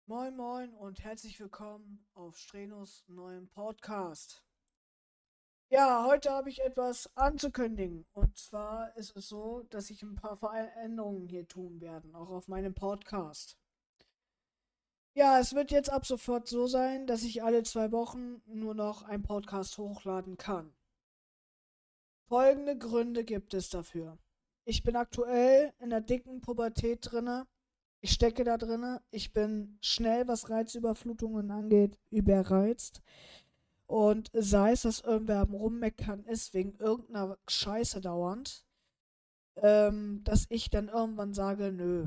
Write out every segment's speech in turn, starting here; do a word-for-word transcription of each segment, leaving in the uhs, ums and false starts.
Moin Moin und herzlich willkommen auf Strenos neuem Podcast. Ja, heute habe ich etwas anzukündigen. Und zwar ist es so, dass ich ein paar Veränderungen hier tun werde, auch auf meinem Podcast. Ja, es wird jetzt ab sofort so sein, dass ich alle zwei Wochen nur noch einen Podcast hochladen kann. Folgende Gründe gibt es dafür. Ich bin aktuell in der dicken Pubertät drinne. Ich stecke da drinne. Ich bin schnell, was Reizüberflutungen angeht, überreizt. Und sei es, dass irgendwer am Rummeckern ist, wegen irgendeiner Scheiße dauernd, ähm, dass ich dann irgendwann sage, nö.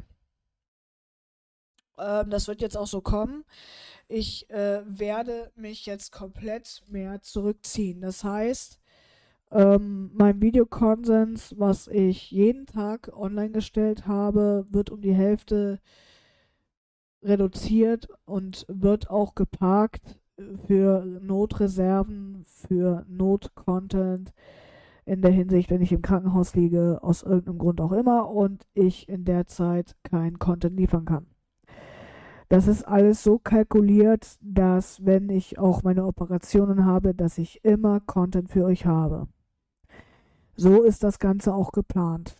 Ähm, das wird jetzt auch so kommen. Ich äh, werde mich jetzt komplett mehr zurückziehen. Das heißt, ähm, mein Videokonsens, was ich jeden Tag online gestellt habe, wird um die Hälfte reduziert und wird auch geparkt für Notreserven, für Notcontent in der Hinsicht, wenn ich im Krankenhaus liege, aus irgendeinem Grund auch immer und ich in der Zeit kein Content liefern kann. Das ist alles so kalkuliert, dass wenn ich auch meine Operationen habe, dass ich immer Content für euch habe. So ist das Ganze auch geplant.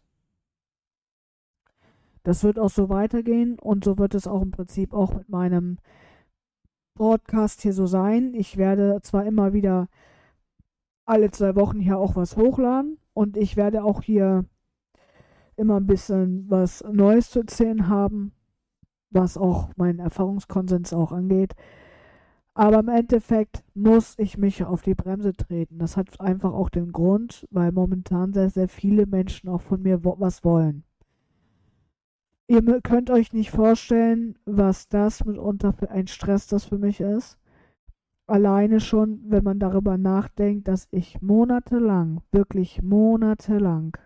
Das wird auch so weitergehen und so wird es auch im Prinzip auch mit meinem Podcast hier so sein. Ich werde zwar immer wieder alle zwei Wochen hier auch was hochladen und ich werde auch hier immer ein bisschen was Neues zu erzählen haben, was auch meinen Erfahrungskonsens auch angeht. Aber im Endeffekt muss ich mich auf die Bremse treten. Das hat einfach auch den Grund, weil momentan sehr, sehr viele Menschen auch von mir was wollen. Ihr könnt euch nicht vorstellen, was das mitunter für ein Stress das für mich ist. Alleine schon, wenn man darüber nachdenkt, dass ich monatelang, wirklich monatelang,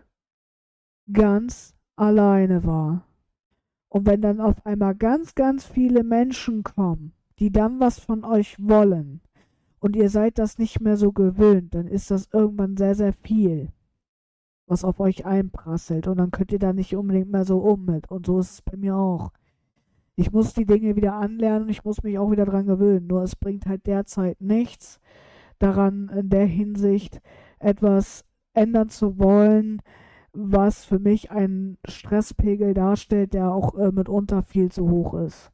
ganz alleine war. Und wenn dann auf einmal ganz, ganz viele Menschen kommen, die dann was von euch wollen und ihr seid das nicht mehr so gewöhnt, dann ist das irgendwann sehr, sehr viel, was auf euch einprasselt. Und dann könnt ihr da nicht unbedingt mehr so um mit. Und so ist es bei mir auch. Ich muss die Dinge wieder anlernen und ich muss mich auch wieder dran gewöhnen. Nur es bringt halt derzeit nichts daran, in der Hinsicht etwas ändern zu wollen, was für mich einen Stresspegel darstellt, der auch äh, mitunter viel zu hoch ist.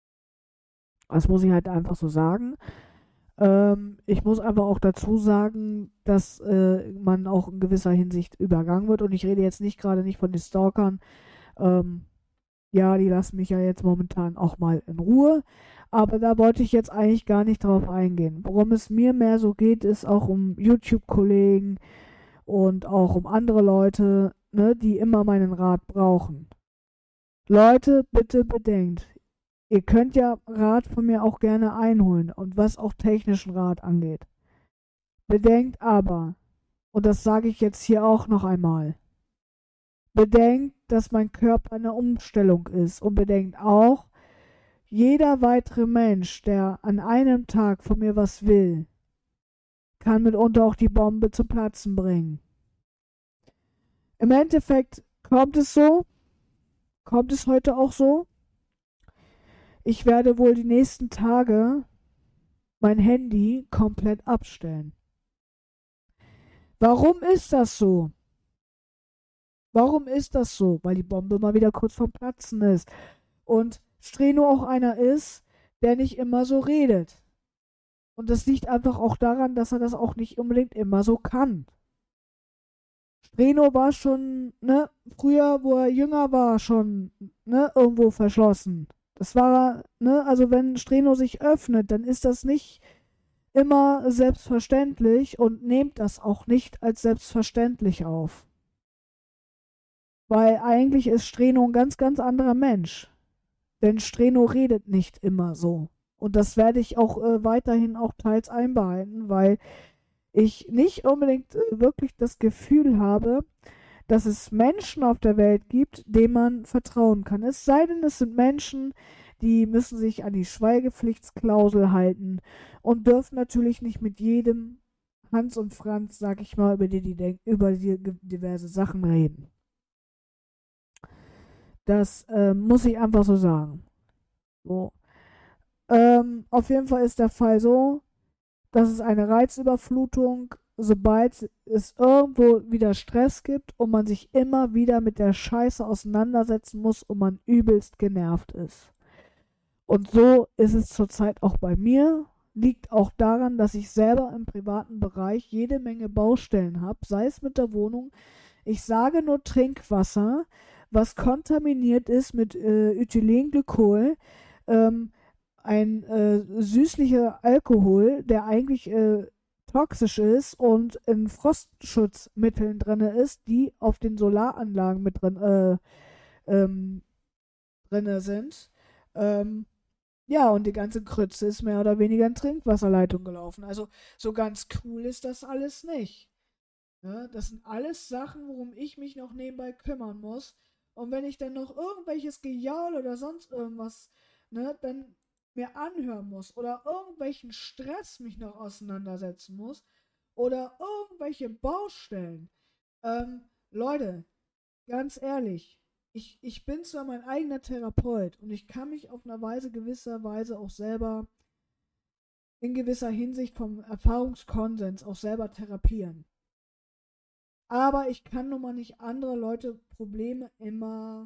Das muss ich halt einfach so sagen. Ähm, ich muss aber auch dazu sagen, dass äh, man auch in gewisser Hinsicht übergangen wird. Und ich rede jetzt nicht gerade nicht von den Stalkern. Ähm, ja, die lassen mich ja jetzt momentan auch mal in Ruhe. Aber da wollte ich jetzt eigentlich gar nicht drauf eingehen. Worum es mir mehr so geht, ist auch um YouTube-Kollegen und auch um andere Leute, ne, die immer meinen Rat brauchen. Leute, bitte bedenkt, ihr könnt ja Rat von mir auch gerne einholen und was auch technischen Rat angeht. Bedenkt aber, und das sage ich jetzt hier auch noch einmal, bedenkt, dass mein Körper eine Umstellung ist und bedenkt auch, jeder weitere Mensch, der an einem Tag von mir was will, kann mitunter auch die Bombe zum Platzen bringen. Im Endeffekt kommt es so, kommt es heute auch so. Ich werde wohl die nächsten Tage mein Handy komplett abstellen. Warum ist das so? Warum ist das so? Weil die Bombe mal wieder kurz vorm Platzen ist. Und Streno auch einer ist, der nicht immer so redet. Und das liegt einfach auch daran, dass er das auch nicht unbedingt immer so kann. Streno war schon, ne, früher, wo er jünger war, schon, ne, irgendwo verschlossen. Das war, ne, also wenn Streno sich öffnet, dann ist das nicht immer selbstverständlich und nehmt das auch nicht als selbstverständlich auf. Weil eigentlich ist Streno ein ganz, ganz anderer Mensch. Denn Streno redet nicht immer so. Und das werde ich auch äh, weiterhin auch teils einbehalten, weil ich nicht unbedingt äh, wirklich das Gefühl habe, dass es Menschen auf der Welt gibt, denen man vertrauen kann. Es sei denn, es sind Menschen, die müssen sich an die Schweigepflichtsklausel halten und dürfen natürlich nicht mit jedem Hans und Franz, sag ich mal, über die, die über die diverse Sachen reden. Das äh, muss ich einfach so sagen. So. Ähm, auf jeden Fall ist der Fall so, dass es eine Reizüberflutung, sobald es irgendwo wieder Stress gibt und man sich immer wieder mit der Scheiße auseinandersetzen muss und man übelst genervt ist. Und so ist es zurzeit auch bei mir. Liegt auch daran, dass ich selber im privaten Bereich jede Menge Baustellen habe, sei es mit der Wohnung. Ich sage nur Trinkwasser, was kontaminiert ist mit äh, Ethylenglykol, ähm, ein äh, süßlicher Alkohol, der eigentlich äh, toxisch ist und in Frostschutzmitteln drin ist, die auf den Solaranlagen mit drin äh, ähm, drinne sind. Ähm, ja, und die ganze Krütze ist mehr oder weniger in Trinkwasserleitung gelaufen. Also so ganz cool ist das alles nicht. Ne? Das sind alles Sachen, worum ich mich noch nebenbei kümmern muss. Und wenn ich dann noch irgendwelches Gejaul oder sonst irgendwas, ne, dann mir anhören muss oder irgendwelchen Stress mich noch auseinandersetzen muss oder irgendwelche Baustellen. Ähm, Leute, ganz ehrlich, ich, ich bin zwar mein eigener Therapeut und ich kann mich auf einer Weise, gewisser Weise auch selber in gewisser Hinsicht vom Erfahrungskonsens auch selber therapieren. Aber ich kann nun mal nicht andere Leute Probleme immer,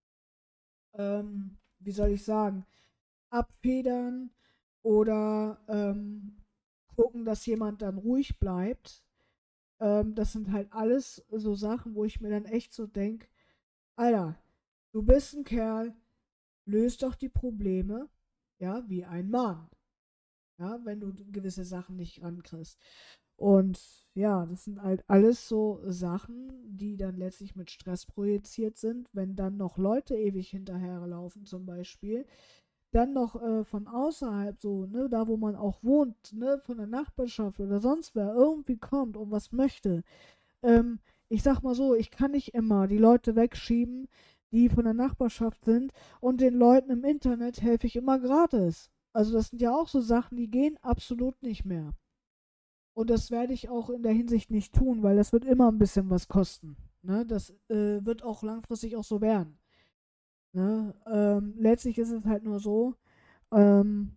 ähm, wie soll ich sagen, abfedern oder ähm, gucken, dass jemand dann ruhig bleibt. Ähm, das sind halt alles so Sachen, wo ich mir dann echt so denke, Alter, du bist ein Kerl, löst doch die Probleme, ja, wie ein Mann, ja, wenn du gewisse Sachen nicht rankriegst. Und ja, das sind halt alles so Sachen, die dann letztlich mit Stress projiziert sind, wenn dann noch Leute ewig hinterherlaufen zum Beispiel, dann noch äh, von außerhalb so, ne, da wo man auch wohnt, ne, von der Nachbarschaft oder sonst wer irgendwie kommt und was möchte. Ähm, Ich sag mal so, ich kann nicht immer die Leute wegschieben, die von der Nachbarschaft sind und den Leuten im Internet helfe ich immer gratis. Also das sind ja auch so Sachen, die gehen absolut nicht mehr. Und das werde ich auch in der Hinsicht nicht tun, weil das wird immer ein bisschen was kosten. Ne? Das äh, wird auch langfristig auch so werden. Ne? Ähm, letztlich ist es halt nur so, ähm,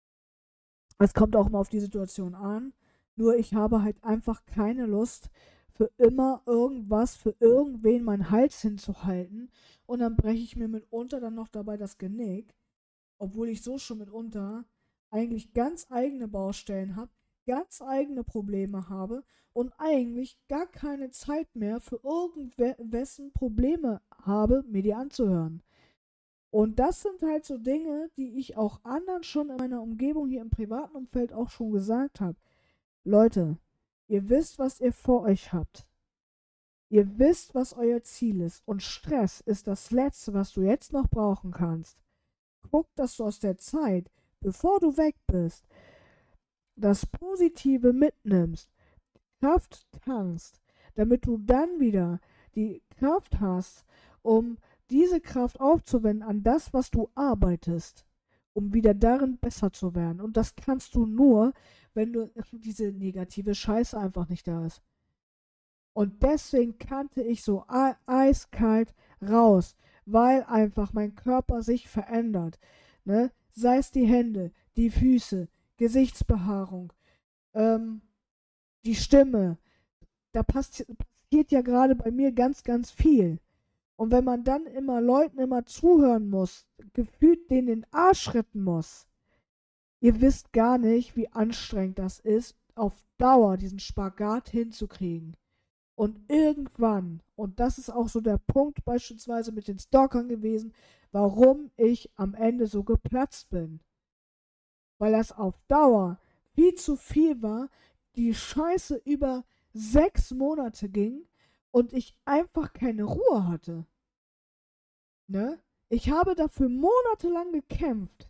es kommt auch immer auf die Situation an. Nur ich habe halt einfach keine Lust, für immer irgendwas, für irgendwen meinen Hals hinzuhalten. Und dann breche ich mir mitunter dann noch dabei das Genick, obwohl ich so schon mitunter eigentlich ganz eigene Baustellen habe, ganz eigene Probleme habe und eigentlich gar keine Zeit mehr für irgendwessen Probleme habe, mir die anzuhören. Und das sind halt so Dinge, die ich auch anderen schon in meiner Umgebung hier im privaten Umfeld auch schon gesagt habe. Leute, ihr wisst, was ihr vor euch habt. Ihr wisst, was euer Ziel ist. Und Stress ist das Letzte, was du jetzt noch brauchen kannst. Guck, dass du aus der Zeit, bevor du weg bist, das Positive mitnimmst, Kraft tankst, damit du dann wieder die Kraft hast, um diese Kraft aufzuwenden an das, was du arbeitest, um wieder darin besser zu werden. Und das kannst du nur, wenn du diese negative Scheiße einfach nicht da ist. Und deswegen kannte ich so eiskalt raus, weil einfach mein Körper sich verändert. Ne? Sei es die Hände, die Füße, Gesichtsbehaarung, ähm, die Stimme. Da passt, passiert ja gerade bei mir ganz, ganz viel. Und wenn man dann immer Leuten immer zuhören muss, gefühlt denen den Arsch retten muss, ihr wisst gar nicht, wie anstrengend das ist, auf Dauer diesen Spagat hinzukriegen. Und irgendwann, und das ist auch so der Punkt beispielsweise mit den Stalkern gewesen, warum ich am Ende so geplatzt bin. Weil das auf Dauer viel zu viel war, die Scheiße über sechs Monate ging und ich einfach keine Ruhe hatte. Ne? Ich habe dafür monatelang gekämpft,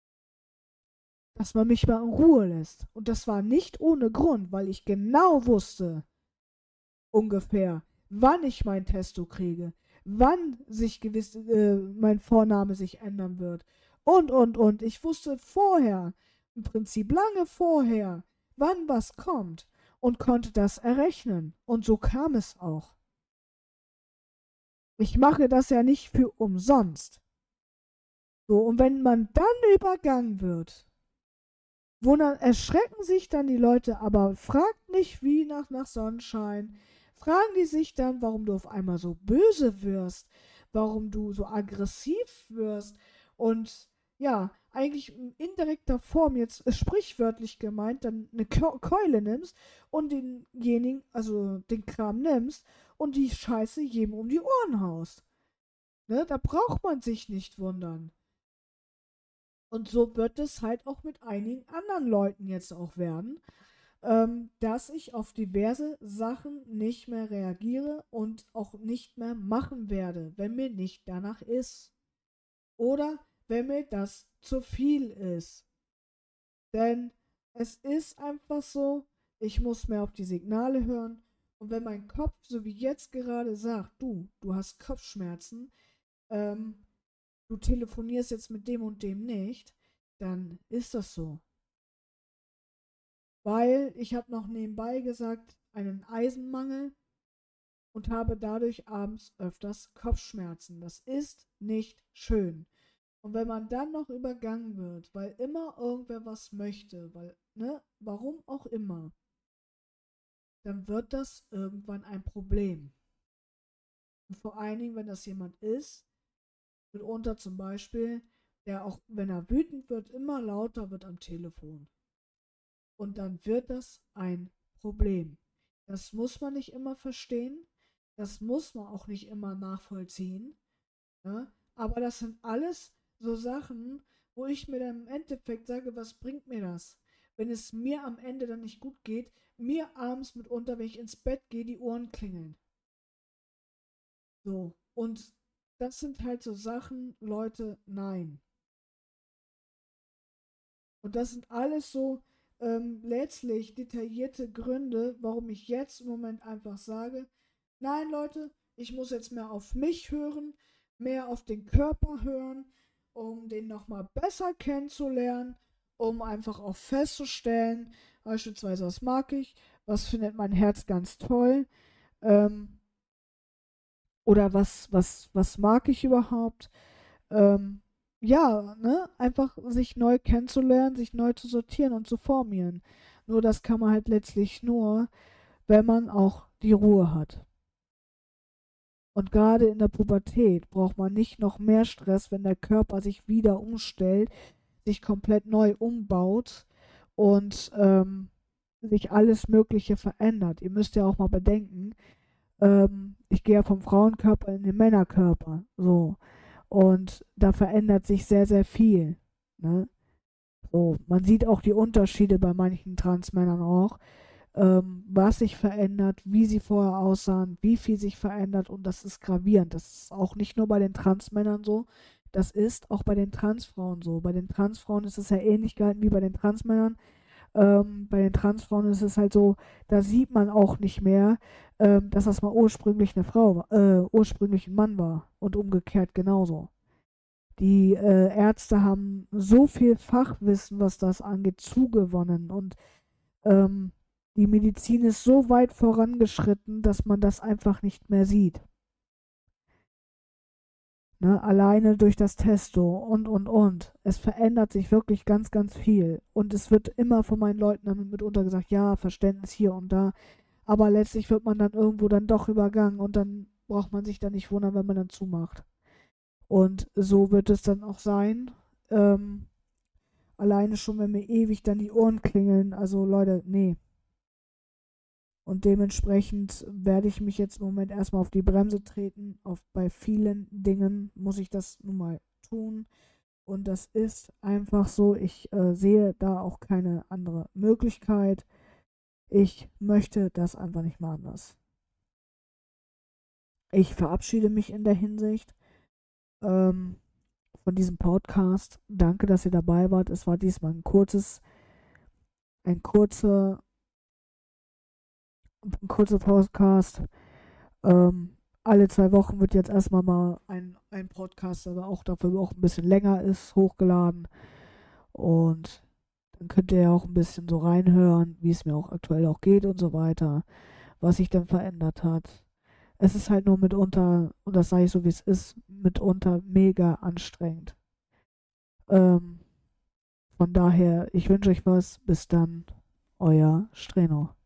dass man mich mal in Ruhe lässt. Und das war nicht ohne Grund, weil ich genau wusste, ungefähr, wann ich mein Testo kriege, wann sich gewiss, äh, mein Vorname sich ändern wird. Und, und, und. Ich wusste vorher, im Prinzip lange vorher, wann was kommt und konnte das errechnen. Und so kam es auch. Ich mache das ja nicht für umsonst. So, und wenn man dann übergangen wird, wundern, erschrecken sich dann die Leute, aber fragt nicht wie nach, nach Sonnenschein. Fragen die sich dann, warum du auf einmal so böse wirst, warum du so aggressiv wirst und ja, eigentlich in indirekter Form, jetzt äh, sprichwörtlich gemeint, dann eine Keule nimmst und denjenigen, also den Kram nimmst und die Scheiße jedem um die Ohren haust. Ne? Da braucht man sich nicht wundern. Und so wird es halt auch mit einigen anderen Leuten jetzt auch werden, ähm, dass ich auf diverse Sachen nicht mehr reagiere und auch nicht mehr machen werde, wenn mir nicht danach ist. Oder wenn mir das zu viel ist. Denn es ist einfach so, ich muss mehr auf die Signale hören. Und wenn mein Kopf, so wie jetzt gerade, sagt, du, du hast Kopfschmerzen, ähm, du telefonierst jetzt mit dem und dem nicht, dann ist das so. Weil ich habe noch nebenbei gesagt, einen Eisenmangel und habe dadurch abends öfters Kopfschmerzen. Das ist nicht schön. Und wenn man dann noch übergangen wird, weil immer irgendwer was möchte, weil, ne, warum auch immer, dann wird das irgendwann ein Problem. Und vor allen Dingen, wenn das jemand ist, mitunter zum Beispiel, der auch, wenn er wütend wird, immer lauter wird am Telefon. Und dann wird das ein Problem. Das muss man nicht immer verstehen, das muss man auch nicht immer nachvollziehen, ne? Aber das sind alles so Sachen, wo ich mir dann im Endeffekt sage, was bringt mir das? Wenn es mir am Ende dann nicht gut geht, mir abends mitunter, wenn ich ins Bett gehe, die Ohren klingeln. So. Und das sind halt so Sachen, Leute, nein. Und das sind alles so ähm, letztlich detaillierte Gründe, warum ich jetzt im Moment einfach sage, nein, Leute, ich muss jetzt mehr auf mich hören, mehr auf den Körper hören, um den nochmal besser kennenzulernen, um einfach auch festzustellen, beispielsweise, was mag ich, was findet mein Herz ganz toll, ähm, oder was, was, was mag ich überhaupt, ähm, ja, ne, einfach sich neu kennenzulernen, sich neu zu sortieren und zu formieren. Nur das kann man halt letztlich nur, wenn man auch die Ruhe hat. Und gerade in der Pubertät braucht man nicht noch mehr Stress, wenn der Körper sich wieder umstellt, sich komplett neu umbaut und ähm, sich alles Mögliche verändert. Ihr müsst ja auch mal bedenken, ähm, ich gehe ja vom Frauenkörper in den Männerkörper. So. Und da verändert sich sehr, sehr viel. Ne? So, man sieht auch die Unterschiede bei manchen Transmännern auch, ähm, was sich verändert, wie sie vorher aussahen, wie viel sich verändert und das ist gravierend. Das ist auch nicht nur bei den Transmännern so, das ist auch bei den Transfrauen so. Bei den Transfrauen ist es ja ähnlich gehalten wie bei den Transmännern. Ähm, bei den Transfrauen ist es halt so, da sieht man auch nicht mehr, ähm, dass das mal ursprünglich eine Frau war, äh, ursprünglich ein Mann war und umgekehrt genauso. Die äh, Ärzte haben so viel Fachwissen, was das angeht, zugewonnen und ähm, die Medizin ist so weit vorangeschritten, dass man das einfach nicht mehr sieht. Ne? Alleine durch das Testo und, und, und. Es verändert sich wirklich ganz, ganz viel. Und es wird immer von meinen Leuten damit mitunter gesagt, ja, Verständnis hier und da. Aber letztlich wird man dann irgendwo dann doch übergangen und dann braucht man sich dann nicht wundern, wenn man dann zumacht. Und so wird es dann auch sein. Ähm, alleine schon, wenn mir ewig dann die Ohren klingeln. Also Leute, nee. Und dementsprechend werde ich mich jetzt im Moment erstmal auf die Bremse treten. Auf, bei vielen Dingen muss ich das nun mal tun. Und das ist einfach so. Ich äh, sehe da auch keine andere Möglichkeit. Ich möchte das einfach nicht mehr anders. Ich verabschiede mich in der Hinsicht ähm, von diesem Podcast. Danke, dass ihr dabei wart. Es war diesmal ein kurzes, ein kurzer, ein kurzer Podcast. Ähm, alle zwei Wochen wird jetzt erstmal mal ein, ein Podcast, der aber auch dafür auch ein bisschen länger ist, hochgeladen. Und dann könnt ihr ja auch ein bisschen so reinhören, wie es mir auch aktuell auch geht und so weiter, was sich dann verändert hat. Es ist halt nur mitunter, und das sage ich so wie es ist, mitunter mega anstrengend. Ähm, von daher, ich wünsche euch was. Bis dann, euer Streno.